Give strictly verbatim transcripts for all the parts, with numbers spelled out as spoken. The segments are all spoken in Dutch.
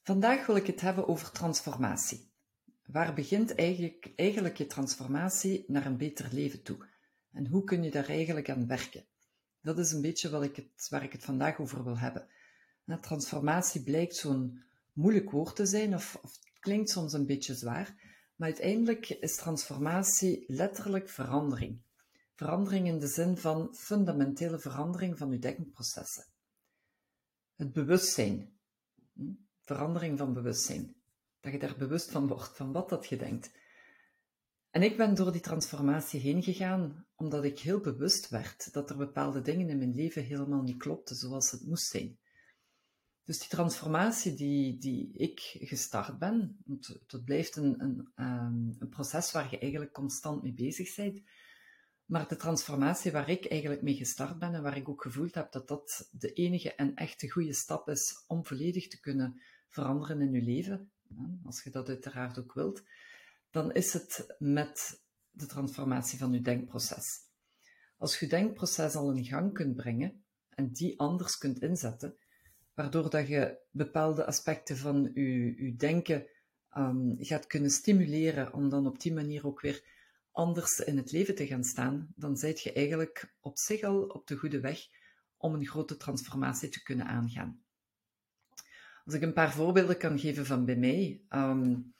Vandaag wil ik het hebben over transformatie. Waar begint eigenlijk, eigenlijk je transformatie naar een beter leven toe? En hoe kun je daar eigenlijk aan werken? Dat is een beetje wat ik het, waar ik het vandaag over wil hebben. Nou, transformatie blijkt zo'n moeilijk woord te zijn, of, of het klinkt soms een beetje zwaar, maar uiteindelijk is transformatie letterlijk verandering. Verandering in de zin van fundamentele verandering van je denkprocessen. Het bewustzijn. Verandering van bewustzijn. Dat je daar bewust van wordt, van wat dat je denkt. En ik ben door die transformatie heen gegaan, omdat ik heel bewust werd dat er bepaalde dingen in mijn leven helemaal niet klopten zoals het moest zijn. Dus die transformatie die, die ik gestart ben, het, het blijft een, een, een proces waar je eigenlijk constant mee bezig bent, maar de transformatie waar ik eigenlijk mee gestart ben en waar ik ook gevoeld heb dat dat de enige en echte goede stap is om volledig te kunnen veranderen in je leven, als je dat uiteraard ook wilt, dan is het met de transformatie van je denkproces. Als je denkproces al in gang kunt brengen en die anders kunt inzetten, waardoor dat je bepaalde aspecten van je, je denken um, gaat kunnen stimuleren om dan op die manier ook weer anders in het leven te gaan staan, dan zijt je eigenlijk op zich al op de goede weg om een grote transformatie te kunnen aangaan. Als ik een paar voorbeelden kan geven van bij mij. Um,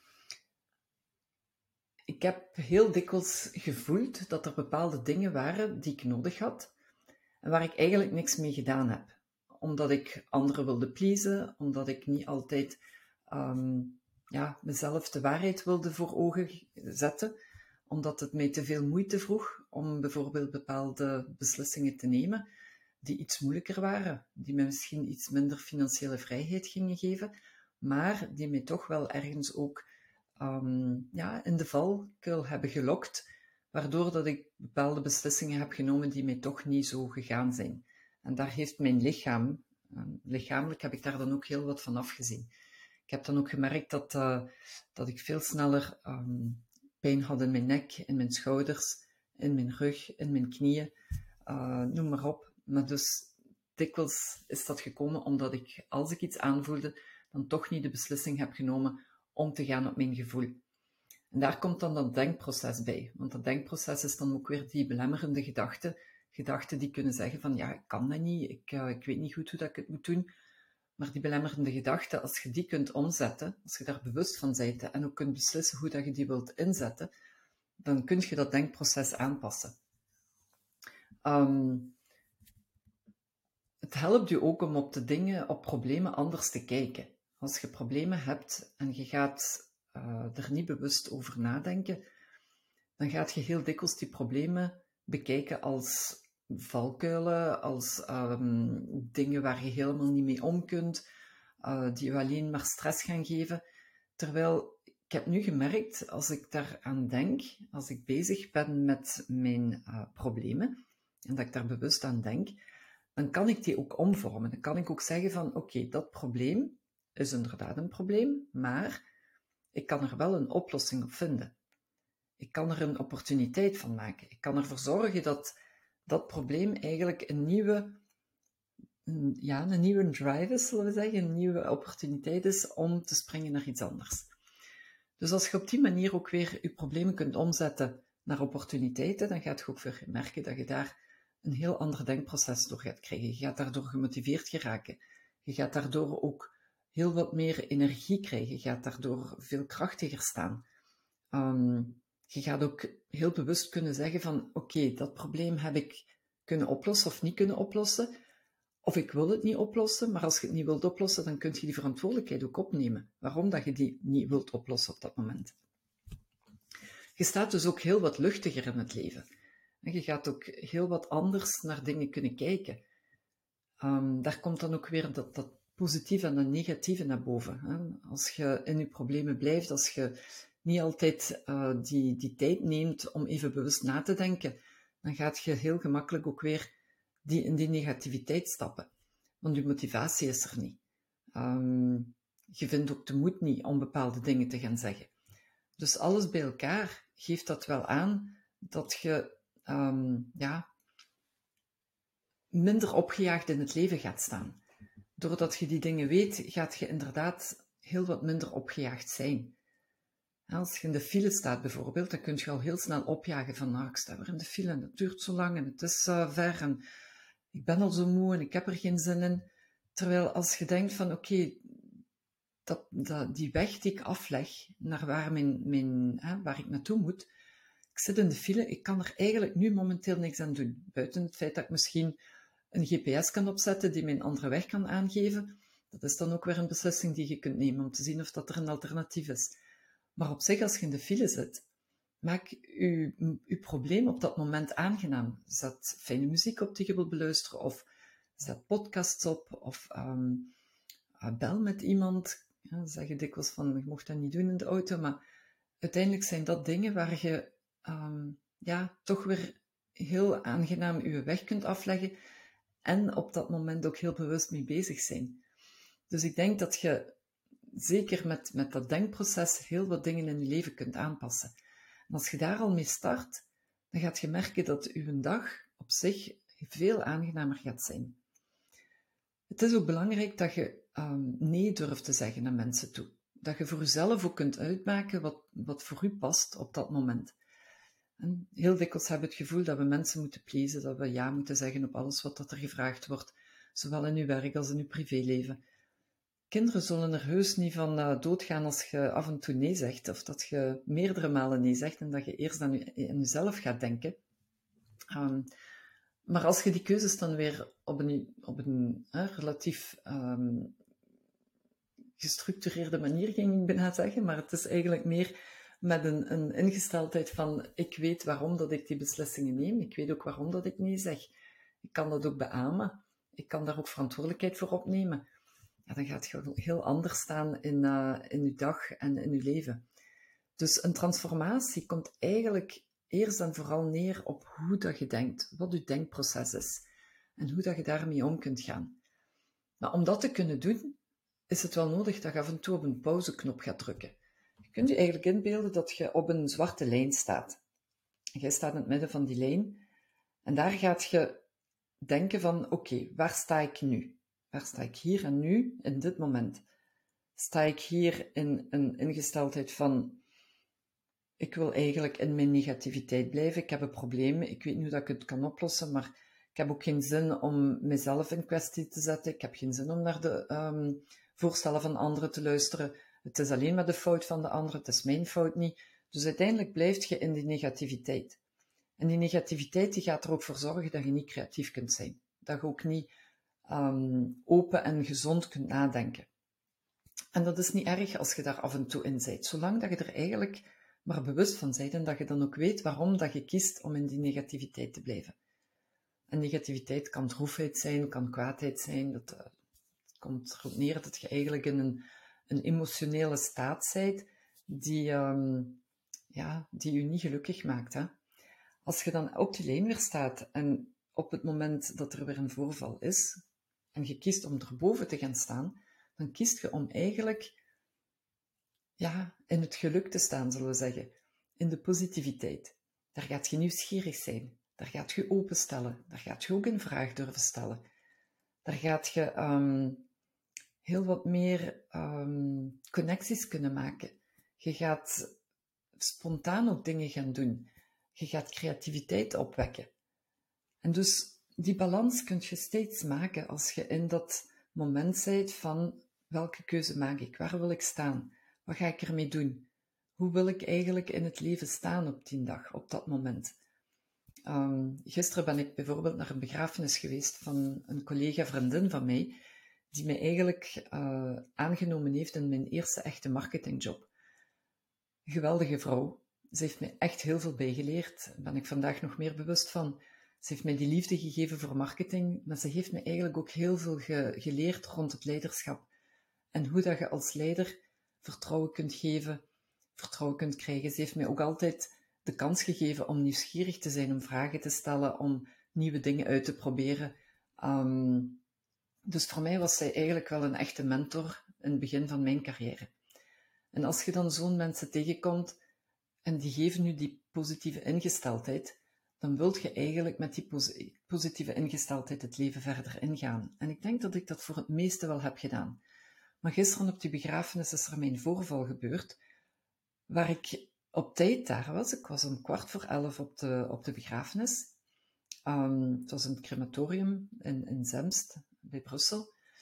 ik heb heel dikwijls gevoeld dat er bepaalde dingen waren die ik nodig had en waar ik eigenlijk niks mee gedaan heb. Omdat ik anderen wilde pleasen, omdat ik niet altijd um, ja, mezelf de waarheid wilde voor ogen zetten, omdat het mij te veel moeite vroeg om bijvoorbeeld bepaalde beslissingen te nemen die iets moeilijker waren, die mij misschien iets minder financiële vrijheid gingen geven, maar die mij toch wel ergens ook um, ja, in de valkuil hebben gelokt, waardoor dat ik bepaalde beslissingen heb genomen die mij toch niet zo gegaan zijn. En daar heeft mijn lichaam, um, lichamelijk heb ik daar dan ook heel wat van afgezien. Ik heb dan ook gemerkt dat, uh, dat ik veel sneller um, pijn had in mijn nek, in mijn schouders, in mijn rug, in mijn knieën, uh, noem maar op. Maar dus dikwijls is dat gekomen omdat ik, als ik iets aanvoelde, dan toch niet de beslissing heb genomen om te gaan op mijn gevoel. En daar komt dan dat denkproces bij. Want dat denkproces is dan ook weer die belemmerende gedachten. Gedachten die kunnen zeggen van, ja, ik kan dat niet, ik, uh, ik weet niet goed hoe dat ik het moet doen. Maar die belemmerende gedachten, als je die kunt omzetten, als je daar bewust van bent en ook kunt beslissen hoe dat je die wilt inzetten, dan kun je dat denkproces aanpassen. Um, het helpt je ook om op de dingen, op problemen anders te kijken. Als je problemen hebt en je gaat uh, er niet bewust over nadenken, dan gaat je heel dikwijls die problemen bekijken als valkuilen, als um, dingen waar je helemaal niet mee om kunt, uh, die je alleen maar stress gaan geven. Terwijl ik heb nu gemerkt, als ik daaraan denk, als ik bezig ben met mijn uh, problemen, en dat ik daar bewust aan denk, dan kan ik die ook omvormen. Dan kan ik ook zeggen van, oké, okay, dat probleem is inderdaad een probleem, maar ik kan er wel een oplossing op vinden. Ik kan er een opportuniteit van maken. Ik kan ervoor zorgen dat dat probleem eigenlijk een nieuwe, ja, een nieuwe drive is, zullen we zeggen, een nieuwe opportuniteit is om te springen naar iets anders. Dus als je op die manier ook weer je problemen kunt omzetten naar opportuniteiten, dan gaat je ook weer merken dat je daar een heel ander denkproces door gaat krijgen. Je gaat daardoor gemotiveerd geraken. Je gaat daardoor ook heel wat meer energie krijgen. Je gaat daardoor veel krachtiger staan. Um, je gaat ook heel bewust kunnen zeggen van, oké, okay, dat probleem heb ik kunnen oplossen of niet kunnen oplossen. Of ik wil het niet oplossen, maar als je het niet wilt oplossen, dan kun je die verantwoordelijkheid ook opnemen. Waarom dat je die niet wilt oplossen op dat moment. Je staat dus ook heel wat luchtiger in het leven. En je gaat ook heel wat anders naar dingen kunnen kijken. Um, daar komt dan ook weer dat, dat positieve en dat negatieve naar boven. Hè? Als je in je problemen blijft, als je niet altijd uh, die, die tijd neemt om even bewust na te denken, dan gaat je heel gemakkelijk ook weer die, in die negativiteit stappen. Want je motivatie is er niet. Um, je vindt ook de moed niet om bepaalde dingen te gaan zeggen. Dus alles bij elkaar geeft dat wel aan dat je um, ja, minder opgejaagd in het leven gaat staan. Doordat je die dingen weet, gaat je inderdaad heel wat minder opgejaagd zijn. Als je in de file staat bijvoorbeeld, dan kun je al heel snel opjagen van, nou, ik sta weer in de file en het duurt zo lang en het is uh, ver en ik ben al zo moe en ik heb er geen zin in. Terwijl als je denkt van, oké, okay, dat, dat, die weg die ik afleg naar waar, mijn, mijn, hè, waar ik naartoe moet, ik zit in de file, ik kan er eigenlijk nu momenteel niks aan doen. Buiten het feit dat ik misschien een G P S kan opzetten die mij een andere weg kan aangeven. Dat is dan ook weer een beslissing die je kunt nemen om te zien of dat er een alternatief is. Maar op zich, als je in de file zit, maak je, je probleem op dat moment aangenaam. Zet fijne muziek op die je wilt beluisteren, of zet podcasts op, of um, bel met iemand. Ja, zeg je dikwijls van, je mocht dat niet doen in de auto, maar uiteindelijk zijn dat dingen waar je um, ja, toch weer heel aangenaam je weg kunt afleggen en op dat moment ook heel bewust mee bezig zijn. Dus ik denk dat je zeker met, met dat denkproces heel wat dingen in je leven kunt aanpassen. En als je daar al mee start, dan gaat je merken dat je dag op zich veel aangenamer gaat zijn. Het is ook belangrijk dat je um, nee durft te zeggen naar mensen toe. Dat je voor jezelf ook kunt uitmaken wat, wat voor u past op dat moment. En heel dikwijls hebben we het gevoel dat we mensen moeten pleasen, dat we ja moeten zeggen op alles wat dat er gevraagd wordt, zowel in uw werk als in uw privéleven. Kinderen zullen er heus niet van uh, doodgaan als je af en toe nee zegt, of dat je meerdere malen nee zegt en dat je eerst aan, u, aan jezelf gaat denken. Um, maar als je die keuzes dan weer op een, op een uh, relatief um, gestructureerde manier, ging ik bijna zeggen, maar het is eigenlijk meer met een, een ingesteldheid van, ik weet waarom dat ik die beslissingen neem, ik weet ook waarom dat ik nee zeg. Ik kan dat ook beamen, ik kan daar ook verantwoordelijkheid voor opnemen. Ja, dan gaat je heel anders staan in, uh, in je dag en in je leven. Dus een transformatie komt eigenlijk eerst en vooral neer op hoe dat je denkt, wat je denkproces is en hoe dat je daarmee om kunt gaan. Maar om dat te kunnen doen, is het wel nodig dat je af en toe op een pauzeknop gaat drukken. Je kunt je eigenlijk inbeelden dat je op een zwarte lijn staat. Jij staat in het midden van die lijn en daar gaat je denken van, oké, okay, waar sta ik nu? Waar sta ik hier en nu, in dit moment? Sta ik hier in een ingesteldheid van, ik wil eigenlijk in mijn negativiteit blijven, ik heb een probleem, ik weet niet hoe dat ik het kan oplossen, maar ik heb ook geen zin om mezelf in kwestie te zetten, ik heb geen zin om naar de um, voorstellen van anderen te luisteren, het is alleen maar de fout van de anderen, het is mijn fout niet. Dus uiteindelijk blijf je in die negativiteit. En die negativiteit die gaat er ook voor zorgen dat je niet creatief kunt zijn. Dat je ook niet um, open en gezond kunt nadenken. En dat is niet erg als je daar af en toe in bent, zolang dat je er eigenlijk maar bewust van bent en dat je dan ook weet waarom dat je kiest om in die negativiteit te blijven. En negativiteit kan droefheid zijn, kan kwaadheid zijn, dat uh, komt erop neer dat je eigenlijk in een, een emotionele staat bent die, um, ja, die je niet gelukkig maakt. Hè? Als je dan op die lijn weer staat en op het moment dat er weer een voorval is en je kiest om erboven te gaan staan, dan kiest je om eigenlijk ja, in het geluk te staan, zullen we zeggen. In de positiviteit. Daar gaat je nieuwsgierig zijn. Daar gaat je openstellen. Daar gaat je ook een vraag durven stellen. Daar gaat je um, heel wat meer um, connecties kunnen maken. Je gaat spontaan ook dingen gaan doen. Je gaat creativiteit opwekken. En dus die balans kun je steeds maken als je in dat moment bent van welke keuze maak ik? Waar wil ik staan? Wat ga ik ermee doen? Hoe wil ik eigenlijk in het leven staan op die dag, op dat moment? Um, gisteren ben ik bijvoorbeeld naar een begrafenis geweest van een collega-vriendin van mij, die mij eigenlijk uh, aangenomen heeft in mijn eerste echte marketingjob. Een geweldige vrouw. Ze heeft mij echt heel veel bijgeleerd. Daar ben ik vandaag nog meer bewust van. Ze heeft mij die liefde gegeven voor marketing, maar ze heeft mij eigenlijk ook heel veel ge- geleerd rond het leiderschap. En hoe dat je als leider vertrouwen kunt geven, vertrouwen kunt krijgen. Ze heeft mij ook altijd de kans gegeven om nieuwsgierig te zijn, om vragen te stellen, om nieuwe dingen uit te proberen. Um, dus voor mij was zij eigenlijk wel een echte mentor in het begin van mijn carrière. En als je dan zo'n mensen tegenkomt en die geven nu die positieve ingesteldheid, dan wilt je eigenlijk met die pos- positieve ingesteldheid het leven verder ingaan. En ik denk dat ik dat voor het meeste wel heb gedaan. Maar gisteren op die begrafenis is er mijn voorval gebeurd, waar ik op tijd daar was. Ik was om kwart voor elf op de, op de begrafenis. Um, het was een crematorium in, in Zemst, bij Brussel.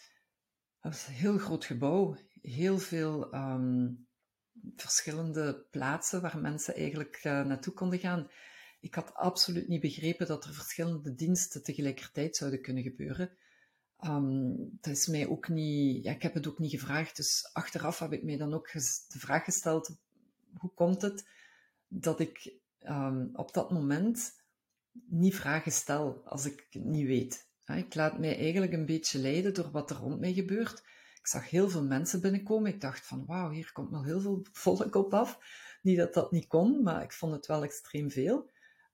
Het was een heel groot gebouw, heel veel um, verschillende plaatsen waar mensen eigenlijk uh, naartoe konden gaan. Ik had absoluut niet begrepen dat er verschillende diensten tegelijkertijd zouden kunnen gebeuren. Um, dat is mij ook niet, ja, ik heb het ook niet gevraagd, dus achteraf heb ik mij dan ook de vraag gesteld, hoe komt het dat ik um, op dat moment niet vragen stel als ik het niet weet. Ik laat mij eigenlijk een beetje leiden door wat er rond mij gebeurt. Ik zag heel veel mensen binnenkomen. Ik dacht van, wauw, hier komt wel heel veel volk op af. Niet dat dat niet kon, maar ik vond het wel extreem veel.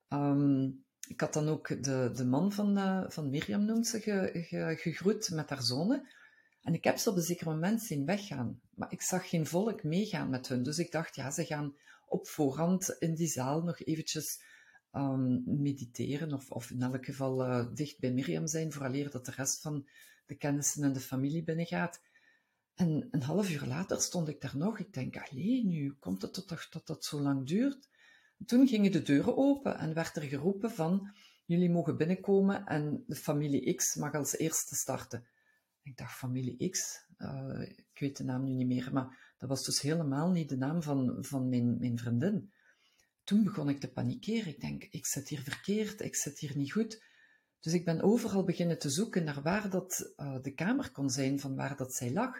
Um, ik had dan ook de, de man van, uh, van Mirjam, noemt ze, ge, ge, gegroet met haar zonen. En ik heb ze op een zeker moment zien weggaan. Maar ik zag geen volk meegaan met hun. Dus ik dacht, ja, ze gaan op voorhand in die zaal nog eventjes um, mediteren. Of, of in elk geval uh, dicht bij Mirjam zijn, vooraleer dat de rest van de kennissen en de familie binnengaat. En een half uur later stond ik daar nog. Ik denk, allee, nu komt het toch dat dat zo lang duurt? En toen gingen de deuren open en werd er geroepen van, jullie mogen binnenkomen en de familie X mag als eerste starten. Ik dacht, familie X, uh, ik weet de naam nu niet meer, maar dat was dus helemaal niet de naam van, van mijn, mijn vriendin. Toen begon ik te panikeren. Ik denk, ik zit hier verkeerd, ik zit hier niet goed. Dus ik ben overal beginnen te zoeken naar waar dat uh, de kamer kon zijn, van waar dat zij lag.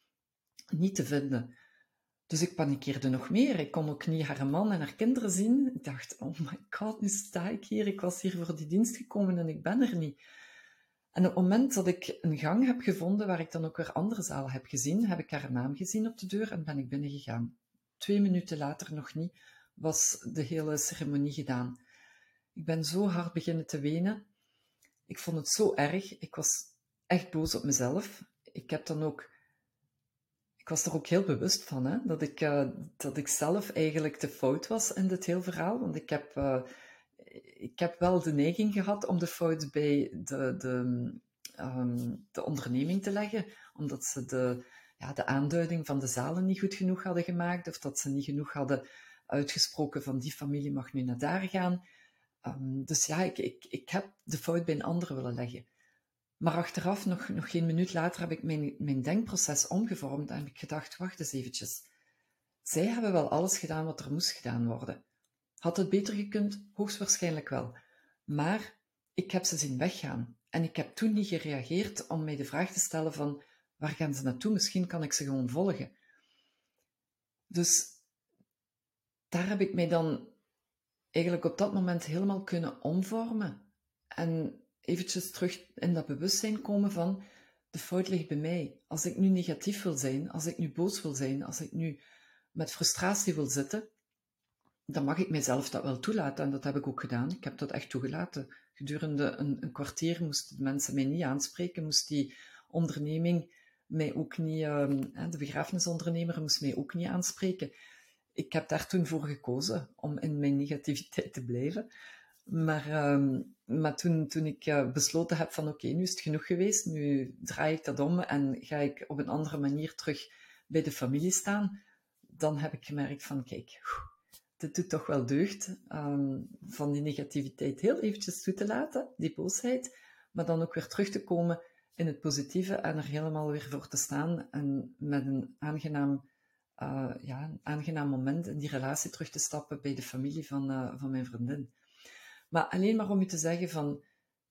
Niet te vinden. Dus ik panikeerde nog meer. Ik kon ook niet haar man en haar kinderen zien. Ik dacht, oh my god, nu sta ik hier. Ik was hier voor die dienst gekomen en ik ben er niet. En op het moment dat ik een gang heb gevonden, waar ik dan ook weer andere zalen heb gezien, heb ik haar naam gezien op de deur en ben ik binnengegaan. Twee minuten later, nog niet, was de hele ceremonie gedaan. Ik ben zo hard beginnen te wenen. Ik vond het zo erg. Ik was echt boos op mezelf. Ik heb dan ook... Ik was er ook heel bewust van, hè, dat, ik, uh, dat ik zelf eigenlijk de fout was in dit heel verhaal. Want ik heb... Uh, Ik heb wel de neiging gehad om de fout bij de, de, um, de onderneming te leggen, omdat ze de, ja, de aanduiding van de zalen niet goed genoeg hadden gemaakt, of dat ze niet genoeg hadden uitgesproken van die familie mag nu naar daar gaan. Um, dus ja, ik, ik, ik heb de fout bij een ander willen leggen. Maar achteraf, nog, nog geen minuut later, heb ik mijn, mijn denkproces omgevormd en heb ik gedacht, wacht eens eventjes. Zij hebben wel alles gedaan wat er moest gedaan worden. Had het beter gekund? Hoogstwaarschijnlijk wel. Maar ik heb ze zien weggaan. En ik heb toen niet gereageerd om mij de vraag te stellen van, waar gaan ze naartoe? Misschien kan ik ze gewoon volgen. Dus daar heb ik mij dan eigenlijk op dat moment helemaal kunnen omvormen. En eventjes terug in dat bewustzijn komen van, de fout ligt bij mij. Als ik nu negatief wil zijn, als ik nu boos wil zijn, als ik nu met frustratie wil zitten, dan mag ik mijzelf dat wel toelaten. En dat heb ik ook gedaan. Ik heb dat echt toegelaten. Gedurende een, een kwartier moesten de mensen mij niet aanspreken, moest die onderneming mij ook niet, um, de begrafenisondernemer moest mij ook niet aanspreken. Ik heb daar toen voor gekozen om in mijn negativiteit te blijven. Maar, um, maar toen, toen ik uh, besloten heb van oké, okay, nu is het genoeg geweest, nu draai ik dat om en ga ik op een andere manier terug bij de familie staan, dan heb ik gemerkt van kijk, dit doet toch wel deugd, um, van die negativiteit heel eventjes toe te laten, die boosheid, maar dan ook weer terug te komen in het positieve en er helemaal weer voor te staan en met een aangenaam, uh, ja, een aangenaam moment in die relatie terug te stappen bij de familie van, uh, van mijn vriendin. Maar alleen maar om u te zeggen van,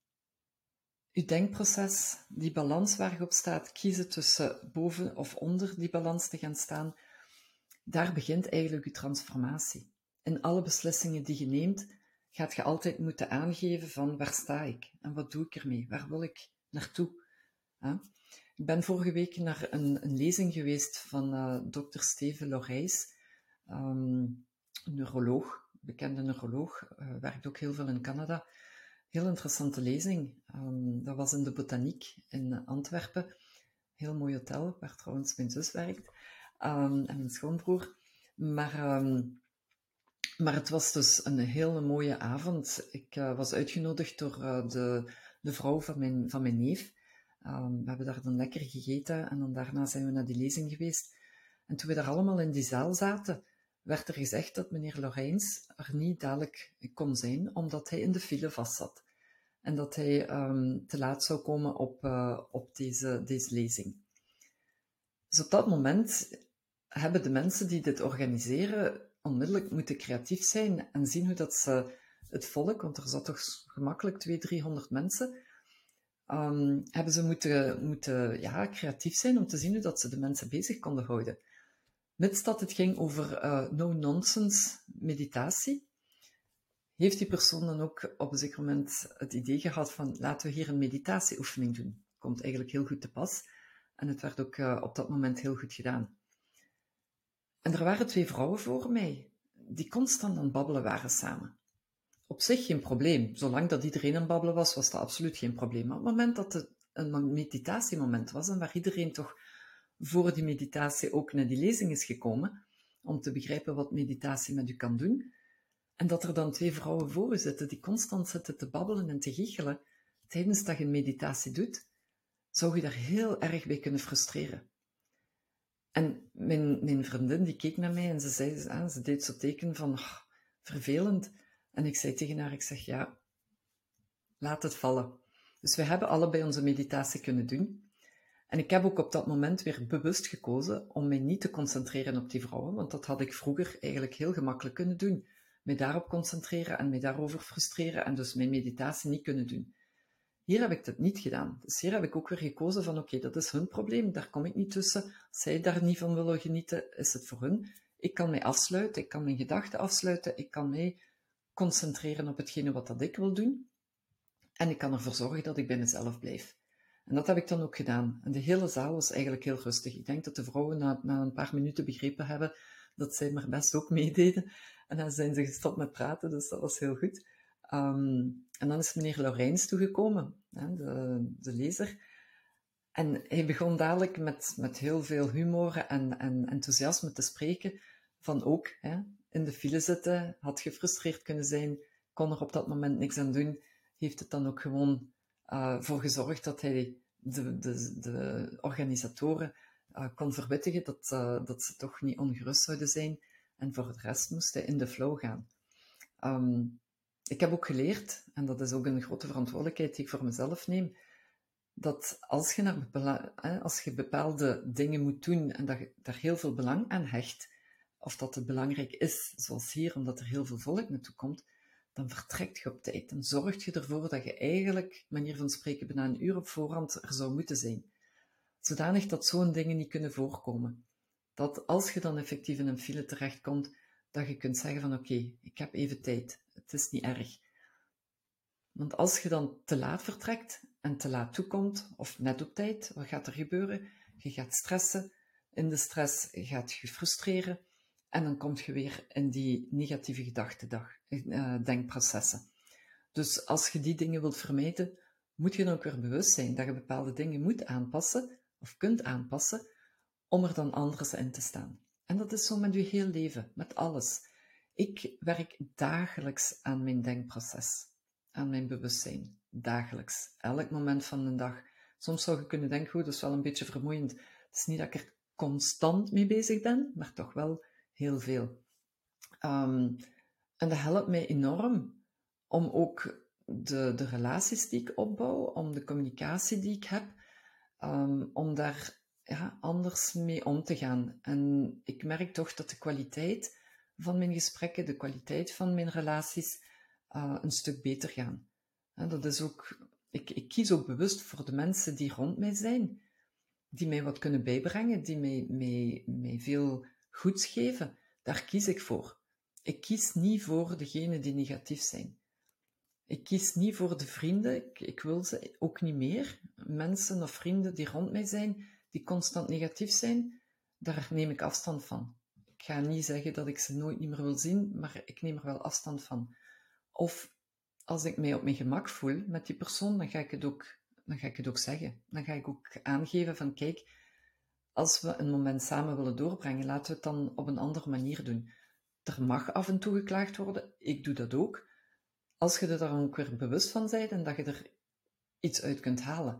uw denkproces, die balans waar je op staat, kiezen tussen boven of onder die balans te gaan staan, daar begint eigenlijk uw transformatie. In alle beslissingen die je neemt, gaat je altijd moeten aangeven van waar sta ik en wat doe ik ermee, waar wil ik naartoe. Huh? Ik ben vorige week naar een, een lezing geweest van uh, dokter Steven Lorijs, um, een neuroloog, bekende neuroloog, uh, werkt ook heel veel in Canada. Heel interessante lezing. Um, dat was in de Botaniek in Antwerpen. Heel mooi hotel, waar trouwens mijn zus werkt. Um, en mijn schoonbroer. Maar, um, maar het was dus een hele mooie avond. Ik uh, was uitgenodigd door uh, de, de vrouw van mijn, van mijn neef. Um, we hebben daar dan lekker gegeten en dan daarna zijn we naar die lezing geweest. En toen we daar allemaal in die zaal zaten, werd er gezegd dat meneer Lorijns er niet dadelijk kon zijn, omdat hij in de file vastzat. En dat hij um, te laat zou komen op, uh, op deze, deze lezing. Dus op dat moment hebben de mensen die dit organiseren onmiddellijk moeten creatief zijn en zien hoe dat ze het volk, want er zat toch gemakkelijk tweehonderd, driehonderd mensen, um, hebben ze moeten, moeten ja, creatief zijn om te zien hoe dat ze de mensen bezig konden houden. Mits dat het ging over uh, no-nonsense meditatie, heeft die persoon dan ook op een zeker moment het idee gehad van laten we hier een meditatieoefening doen. Komt eigenlijk heel goed te pas. En het werd ook uh, op dat moment heel goed gedaan. En er waren twee vrouwen voor mij, die constant aan het babbelen waren samen. Op zich geen probleem. Zolang dat iedereen aan het babbelen was, was dat absoluut geen probleem. Maar op het moment dat het een meditatiemoment was, en waar iedereen toch voor die meditatie ook naar die lezing is gekomen, om te begrijpen wat meditatie met u kan doen, en dat er dan twee vrouwen voor u zitten, die constant zitten te babbelen en te giechelen, tijdens dat je een meditatie doet, zou je daar heel erg bij kunnen frustreren. En mijn, mijn vriendin, die keek naar mij en ze zei, ah, ze deed zo teken van, oh, vervelend. En ik zei tegen haar, ik zeg, ja, laat het vallen. Dus we hebben allebei onze meditatie kunnen doen. En ik heb ook op dat moment weer bewust gekozen om mij niet te concentreren op die vrouwen, want dat had ik vroeger eigenlijk heel gemakkelijk kunnen doen. Mij daarop concentreren en mij daarover frustreren en dus mijn meditatie niet kunnen doen. Hier heb ik dat niet gedaan. Dus hier heb ik ook weer gekozen van oké, okay, dat is hun probleem, daar kom ik niet tussen. Als zij daar niet van willen genieten, is het voor hun. Ik kan mij afsluiten, ik kan mijn gedachten afsluiten, ik kan mij concentreren op hetgene wat dat ik wil doen. En ik kan ervoor zorgen dat ik bij mezelf blijf. En dat heb ik dan ook gedaan. En de hele zaal was eigenlijk heel rustig. Ik denk dat de vrouwen na, na een paar minuten begrepen hebben dat zij maar best ook meededen. En dan zijn ze gestopt met praten, dus dat was heel goed. Um, en dan is meneer Lorijns toegekomen, hè, de, de lezer. En hij begon dadelijk met, met heel veel humor en, en enthousiasme te spreken. Van ook hè, in de file zitten, had gefrustreerd kunnen zijn, kon er op dat moment niks aan doen. Heeft het dan ook gewoon uh, voor gezorgd dat hij de, de, de organisatoren uh, kon verwittigen dat, uh, dat ze toch niet ongerust zouden zijn. En voor de rest moest hij in de flow gaan. Um, ik heb ook geleerd, en dat is ook een grote verantwoordelijkheid die ik voor mezelf neem, dat als je, naar bepala- als je bepaalde dingen moet doen en dat je daar heel veel belang aan hecht, of dat het belangrijk is, zoals hier, omdat er heel veel volk naartoe komt, dan vertrekt je op tijd. Dan zorg je ervoor dat je eigenlijk, manier van spreken, bijna een uur op voorhand er zou moeten zijn. Zodanig dat zo'n dingen niet kunnen voorkomen. Dat als je dan effectief in een file terechtkomt, dat je kunt zeggen van oké, okay, ik heb even tijd. Het is niet erg. Want als je dan te laat vertrekt en te laat toekomt, of net op tijd, wat gaat er gebeuren? Je gaat stressen. In de stress gaat je frustreren. En dan kom je weer in die negatieve gedachtedag, uh, denkprocessen. Dus als je die dingen wilt vermijden, moet je dan ook weer bewust zijn dat je bepaalde dingen moet aanpassen, of kunt aanpassen, om er dan anders in te staan. En dat is zo met je heel leven, met alles. Ik werk dagelijks aan mijn denkproces, aan mijn bewustzijn. Dagelijks. Elk moment van de dag. Soms zou je kunnen denken, goed, dat is wel een beetje vermoeiend. Het is niet dat ik er constant mee bezig ben, maar toch wel heel veel. Um, en dat helpt mij enorm om ook de, de relaties die ik opbouw, om de communicatie die ik heb, um, om daar ja, anders mee om te gaan. En ik merk toch dat de kwaliteit van mijn gesprekken, de kwaliteit van mijn relaties, uh, een stuk beter gaan. En dat is ook, ik, ik kies ook bewust voor de mensen die rond mij zijn, die mij wat kunnen bijbrengen, die mij, mij, mij veel goeds geven. Daar kies ik voor. Ik kies niet voor degenen die negatief zijn. Ik kies niet voor de vrienden, ik, ik wil ze ook niet meer. Mensen of vrienden die rond mij zijn, die constant negatief zijn, daar neem ik afstand van. Ik ga niet zeggen dat ik ze nooit niet meer wil zien, maar ik neem er wel afstand van. Of als ik mij op mijn gemak voel met die persoon, dan ga ik het ook, dan ga ik het ook zeggen. Dan ga ik ook aangeven van, kijk, als we een moment samen willen doorbrengen, laten we het dan op een andere manier doen. Er mag af en toe geklaagd worden, ik doe dat ook. Als je er dan ook weer bewust van bent en dat je er iets uit kunt halen.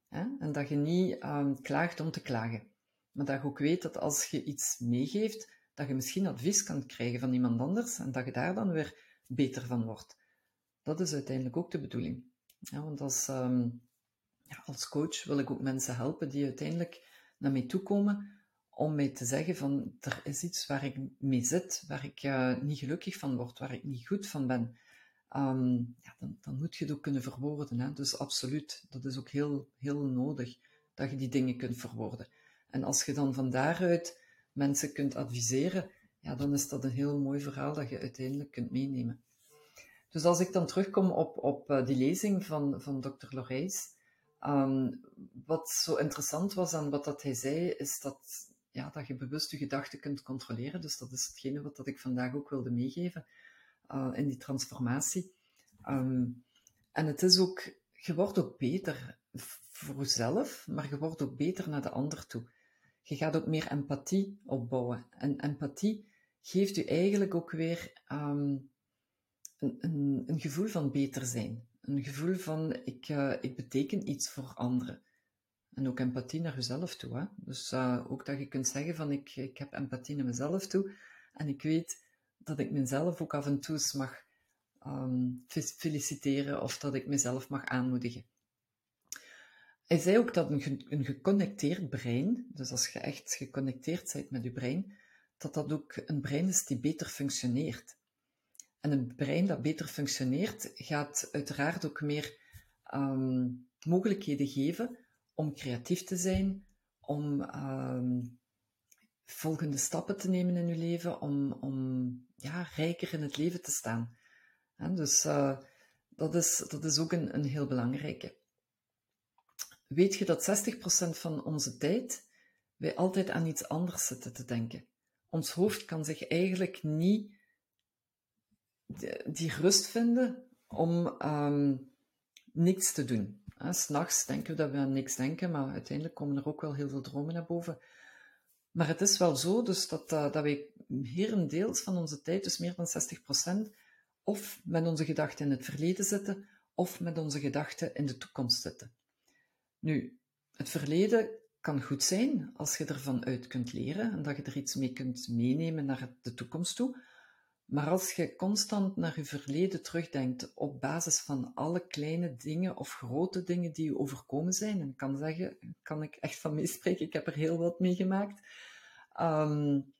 Hè? En dat je niet um, klaagt om te klagen. Maar dat je ook weet dat als je iets meegeeft, dat je misschien advies kan krijgen van iemand anders en dat je daar dan weer beter van wordt. Dat is uiteindelijk ook de bedoeling. Ja, want als, um, ja, als coach wil ik ook mensen helpen die uiteindelijk naar mij toe komen om mij te zeggen van, er is iets waar ik mee zit, waar ik uh, niet gelukkig van word, waar ik niet goed van ben. Um, ja, dan, dan moet je het ook kunnen verwoorden. Hè? Dus absoluut, dat is ook heel, heel nodig, dat je die dingen kunt verwoorden. En als je dan van daaruit mensen kunt adviseren, ja, dan is dat een heel mooi verhaal dat je uiteindelijk kunt meenemen. Dus als ik dan terugkom op, op uh, die lezing van, van dokter Lorijs, um, wat zo interessant was aan wat dat hij zei, is dat, ja, dat je bewust je gedachten kunt controleren. Dus dat is hetgene wat dat ik vandaag ook wilde meegeven uh, in die transformatie. Um, en het is ook, je wordt ook beter voor jezelf, maar je wordt ook beter naar de ander toe. Je gaat ook meer empathie opbouwen. En empathie geeft u eigenlijk ook weer um, een, een, een gevoel van beter zijn. Een gevoel van, ik, uh, ik beteken iets voor anderen. En ook empathie naar jezelf toe. Hè? Dus uh, ook dat je kunt zeggen van, ik, ik heb empathie naar mezelf toe. En ik weet dat ik mezelf ook af en toe mag um, feliciteren of dat ik mezelf mag aanmoedigen. Hij zei ook dat een, ge een geconnecteerd brein, dus als je echt geconnecteerd bent met je brein, dat dat ook een brein is die beter functioneert. En een brein dat beter functioneert, gaat uiteraard ook meer um, mogelijkheden geven om creatief te zijn, om um, volgende stappen te nemen in je leven, om, om ja, rijker in het leven te staan. En dus uh, dat, is, dat is ook een, een heel belangrijke. Weet je dat zestig procent van onze tijd wij altijd aan iets anders zitten te denken? Ons hoofd kan zich eigenlijk niet die rust vinden om um, niks te doen. S'nachts denken we dat we aan niks denken, maar uiteindelijk komen er ook wel heel veel dromen naar boven. Maar het is wel zo dus dat, uh, dat wij herendeels van onze tijd, dus meer dan zestig procent, of met onze gedachten in het verleden zitten, of met onze gedachten in de toekomst zitten. Nu, het verleden kan goed zijn als je ervan uit kunt leren en dat je er iets mee kunt meenemen naar de toekomst toe. Maar als je constant naar je verleden terugdenkt op basis van alle kleine dingen of grote dingen die je overkomen zijn, en ik kan zeggen, kan ik echt van meespreken, ik heb er heel wat meegemaakt. Um,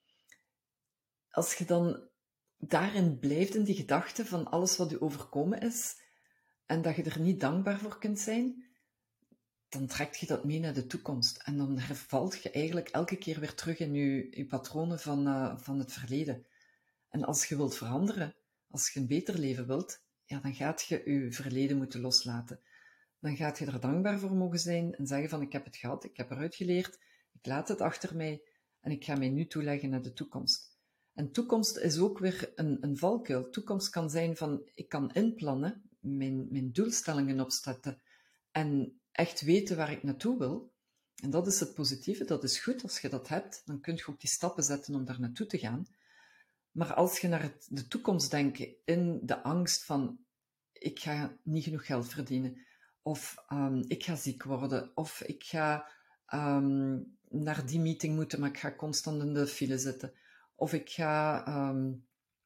als je dan daarin blijft in die gedachte van alles wat je overkomen is, en dat je er niet dankbaar voor kunt zijn, dan trekt je dat mee naar de toekomst. En dan hervalt je eigenlijk elke keer weer terug in je, je patronen van, uh, van het verleden. En als je wilt veranderen, als je een beter leven wilt, ja, dan gaat je je verleden moeten loslaten. Dan gaat je er dankbaar voor mogen zijn en zeggen van, ik heb het gehad, ik heb eruit geleerd, ik laat het achter mij en ik ga mij nu toeleggen naar de toekomst. En toekomst is ook weer een, een valkuil. Toekomst kan zijn van, ik kan inplannen, mijn, mijn doelstellingen opzetten en echt weten waar ik naartoe wil. En dat is het positieve, dat is goed. Als je dat hebt, dan kun je ook die stappen zetten om daar naartoe te gaan. Maar als je naar het, de toekomst denkt in de angst van, ik ga niet genoeg geld verdienen, of um, ik ga ziek worden, of ik ga um, naar die meeting moeten, maar ik ga constant in de file zitten, of ik ga, um,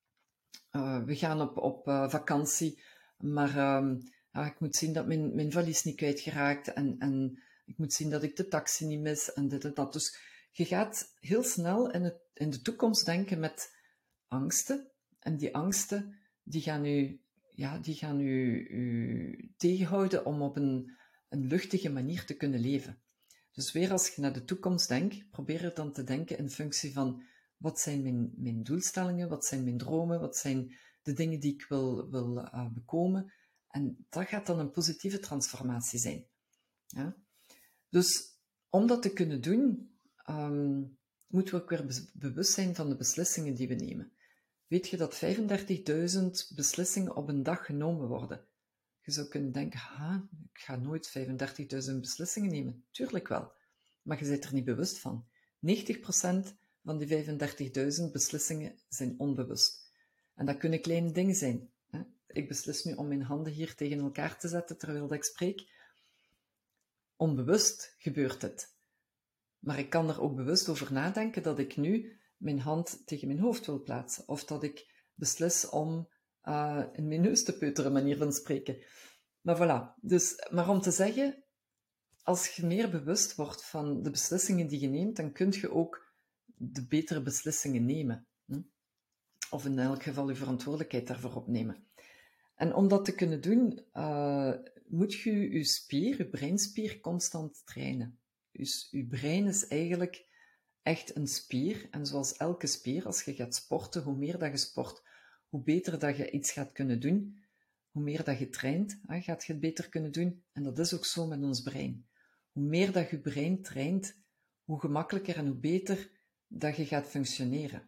uh, we gaan op, op uh, vakantie, maar um, uh, ik moet zien dat mijn, mijn valies niet kwijtgeraakt, en, en ik moet zien dat ik de taxi niet mis, en dit en dat. Dus je gaat heel snel in, het, in de toekomst denken met angsten, en die angsten, die gaan u, ja, die gaan u, u tegenhouden om op een, een luchtige manier te kunnen leven. Dus weer als je naar de toekomst denkt, probeer er dan te denken in functie van, wat zijn mijn, mijn doelstellingen, wat zijn mijn dromen, wat zijn de dingen die ik wil, wil uh, bekomen, en dat gaat dan een positieve transformatie zijn. Ja? Dus om dat te kunnen doen, um, moeten we ook weer be- bewust zijn van de beslissingen die we nemen. Weet je dat vijfendertigduizend beslissingen op een dag genomen worden? Je zou kunnen denken, ha, ik ga nooit vijfendertigduizend beslissingen nemen. Tuurlijk wel, maar je bent er niet bewust van. negentig procent van die vijfendertigduizend beslissingen zijn onbewust. En dat kunnen kleine dingen zijn. Hè? Ik beslis nu om mijn handen hier tegen elkaar te zetten terwijl ik spreek. onbewust gebeurt het. Maar ik kan er ook bewust over nadenken dat ik nu mijn hand tegen mijn hoofd wil plaatsen. Of dat ik beslis om uh, in mijn neus te peuteren, manier van spreken. Maar voilà. Dus, maar om te zeggen, als je meer bewust wordt van de beslissingen die je neemt, dan kun je ook de betere beslissingen nemen. Hm? Of in elk geval je verantwoordelijkheid daarvoor opnemen. En om dat te kunnen doen, uh, moet je je spier, je breinspier, constant trainen. Dus je brein is eigenlijk echt een spier. En zoals elke spier, als je gaat sporten, hoe meer dat je sport, hoe beter dat je iets gaat kunnen doen. Hoe meer dat je traint, hè, gaat je het beter kunnen doen. En dat is ook zo met ons brein. Hoe meer dat je brein traint, hoe gemakkelijker en hoe beter dat je gaat functioneren.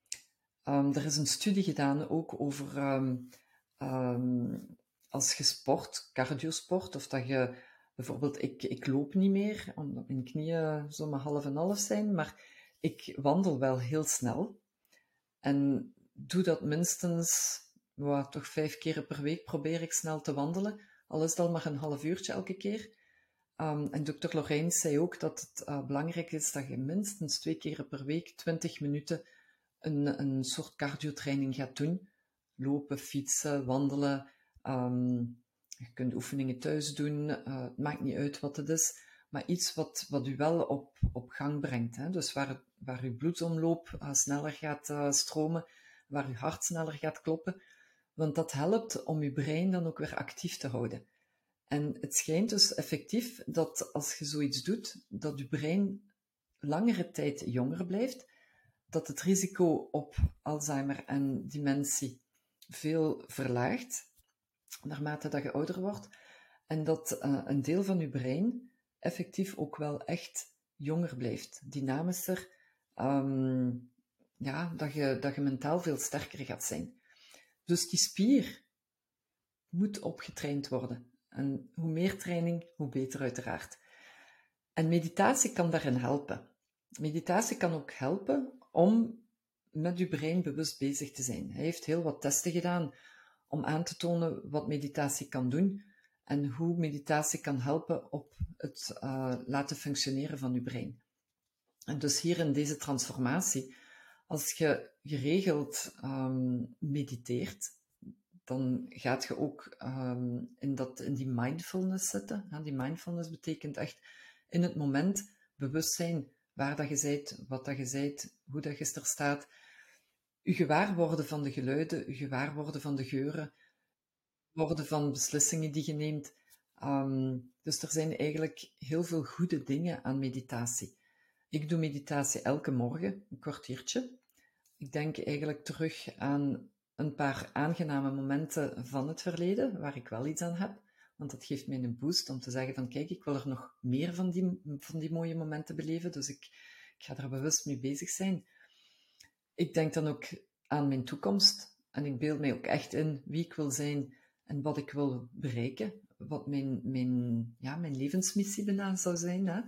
Um, er is een studie gedaan ook over um, um, als je sport, cardiosport, of dat je bijvoorbeeld, ik, ik loop niet meer, omdat mijn knieën zo maar half en half zijn, maar ik wandel wel heel snel. En doe dat minstens, wow, toch vijf keer per week probeer ik snel te wandelen, al is het al maar een half uurtje elke keer. Um, en dokter Lorijn zei ook dat het uh, belangrijk is dat je minstens twee keer per week twintig minuten een, een soort cardiotraining gaat doen. Lopen, fietsen, wandelen. Um, je kunt oefeningen thuis doen. Uh, het maakt niet uit wat het is. Maar iets wat, wat u wel op, op gang brengt. Hè? Dus waar, waar uw bloedsomloop uh, sneller gaat uh, stromen. Waar uw hart sneller gaat kloppen. Want dat helpt om uw brein dan ook weer actief te houden. En het schijnt dus effectief dat als je zoiets doet, dat je brein langere tijd jonger blijft, dat het risico op Alzheimer en dementie veel verlaagt, naarmate dat je ouder wordt, en dat uh, een deel van je brein effectief ook wel echt jonger blijft, dynamischer, um, ja, dat je, dat je mentaal veel sterker gaat zijn. Dus die spier moet opgetraind worden. En hoe meer training, hoe beter uiteraard. En meditatie kan daarin helpen. Meditatie kan ook helpen om met je brein bewust bezig te zijn. Hij heeft heel wat testen gedaan om aan te tonen wat meditatie kan doen en hoe meditatie kan helpen op het uh, laten functioneren van je brein. En dus hier in deze transformatie, als je geregeld um, mediteert, dan gaat je ook um, in, dat, in die mindfulness zitten. Ja, die mindfulness betekent echt in het moment bewust zijn waar dat je bent, wat dat je bent, hoe dat je er staat. Je gewaar worden van de geluiden, je gewaar worden van de geuren, worden van beslissingen die je neemt. Um, dus er zijn eigenlijk heel veel goede dingen aan meditatie. Ik doe meditatie elke morgen, een kwartiertje. Ik denk eigenlijk terug aan een paar aangename momenten van het verleden, waar ik wel iets aan heb. Want dat geeft mij een boost om te zeggen van kijk, ik wil er nog meer van die, van die mooie momenten beleven. Dus ik, ik ga er bewust mee bezig zijn. Ik denk dan ook aan mijn toekomst. En ik beeld mij ook echt in wie ik wil zijn en wat ik wil bereiken. Wat mijn, mijn, ja, mijn levensmissie bijna zou zijn. Hè?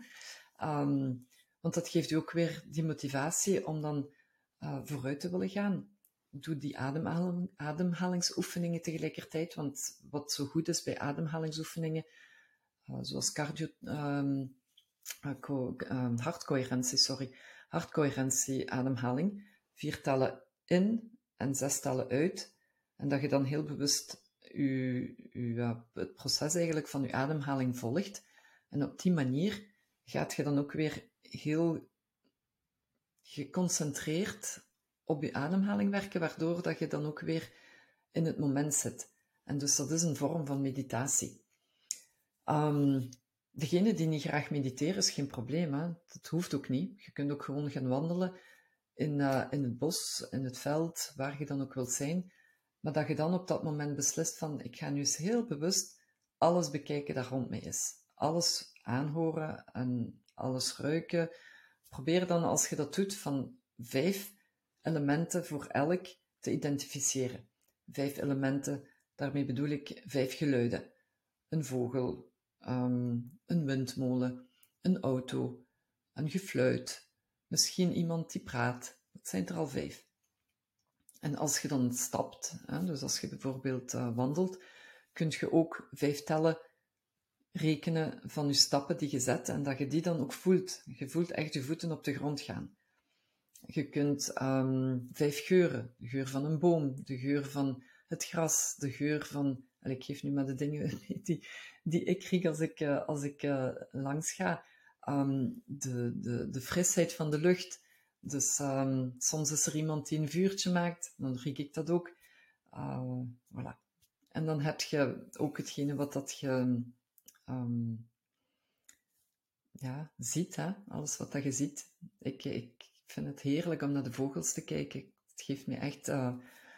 Um, want dat geeft u ook weer die motivatie om dan uh, vooruit te willen gaan. Doe die ademhaling, ademhalingsoefeningen tegelijkertijd, want wat zo goed is bij ademhalingsoefeningen, uh, zoals cardio, um, uh, um, hartcoherentie, sorry, hartcoherentie, ademhaling, vier tellen in en zes tellen uit, en dat je dan heel bewust u, u, uh, het proces eigenlijk van je ademhaling volgt, en op die manier gaat je dan ook weer heel geconcentreerd op je ademhaling werken, waardoor dat je dan ook weer in het moment zit. En dus dat is een vorm van meditatie. Um, degene die niet graag mediteren, is geen probleem. Hè? Dat hoeft ook niet. Je kunt ook gewoon gaan wandelen in, uh, in het bos, in het veld, waar je dan ook wilt zijn. Maar dat je dan op dat moment beslist van, ik ga nu eens heel bewust alles bekijken dat rond mij is. Alles aanhoren en alles ruiken. Probeer dan, als je dat doet, van vijf elementen voor elk te identificeren. Vijf elementen, daarmee bedoel ik vijf geluiden. Een vogel, um, een windmolen, een auto, een gefluit, misschien iemand die praat. Dat zijn er al vijf. En als je dan stapt, hè, dus als je bijvoorbeeld uh, wandelt, kun je ook vijf tellen rekenen van je stappen die je zet en dat je die dan ook voelt. Je voelt echt je voeten op de grond gaan. Je kunt um, vijf geuren, de geur van een boom, de geur van het gras, de geur van... Allez, ik geef nu maar de dingen die, die ik riek als ik, uh, als ik uh, langs ga. Um, de, de, de frisheid van de lucht. Dus um, soms is er iemand die een vuurtje maakt, dan riek ik dat ook. Uh, voilà. En dan heb je ook hetgene wat dat je um, ja, ziet, hè? Alles wat dat je ziet. Ik, ik vind het heerlijk om naar de vogels te kijken. Het geeft me echt... Uh,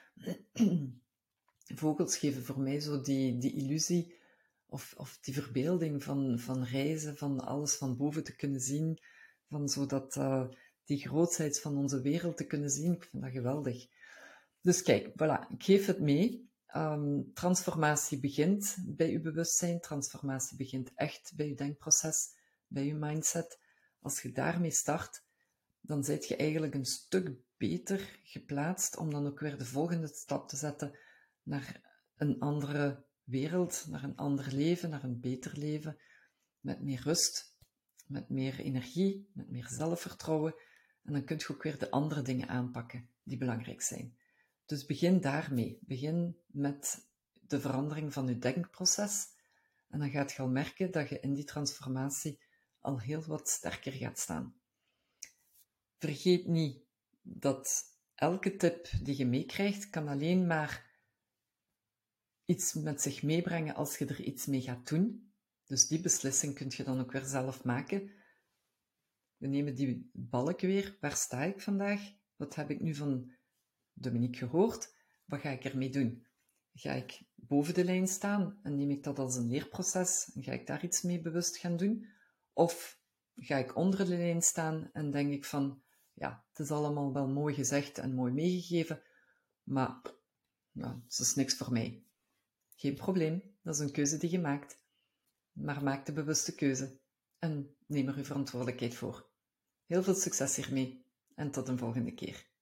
vogels geven voor mij zo die, die illusie of, of die verbeelding van, van reizen, van alles van boven te kunnen zien, van zo dat, uh, die grootheid van onze wereld te kunnen zien. Ik vind dat geweldig. Dus kijk, voilà, ik geef het mee. Um, transformatie begint bij uw bewustzijn. Transformatie begint echt bij uw denkproces, bij uw mindset. Als je daarmee start, dan zit je eigenlijk een stuk beter geplaatst om dan ook weer de volgende stap te zetten naar een andere wereld, naar een ander leven, naar een beter leven, met meer rust, met meer energie, met meer zelfvertrouwen. En dan kun je ook weer de andere dingen aanpakken die belangrijk zijn. Dus begin daarmee. Begin met de verandering van je denkproces. En dan gaat je al merken dat je in die transformatie al heel wat sterker gaat staan. Vergeet niet dat elke tip die je meekrijgt, kan alleen maar iets met zich meebrengen als je er iets mee gaat doen. Dus die beslissing kun je dan ook weer zelf maken. We nemen die balk weer. Waar sta ik vandaag? Wat heb ik nu van Dominique gehoord? Wat ga ik ermee doen? Ga ik boven de lijn staan en neem ik dat als een leerproces en ga ik daar iets mee bewust gaan doen? Of ga ik onder de lijn staan en denk ik van, ja, het is allemaal wel mooi gezegd en mooi meegegeven, maar ja, het is niks voor mij. Geen probleem, dat is een keuze die je maakt. Maar maak de bewuste keuze en neem er uw verantwoordelijkheid voor. Heel veel succes hiermee en tot een volgende keer.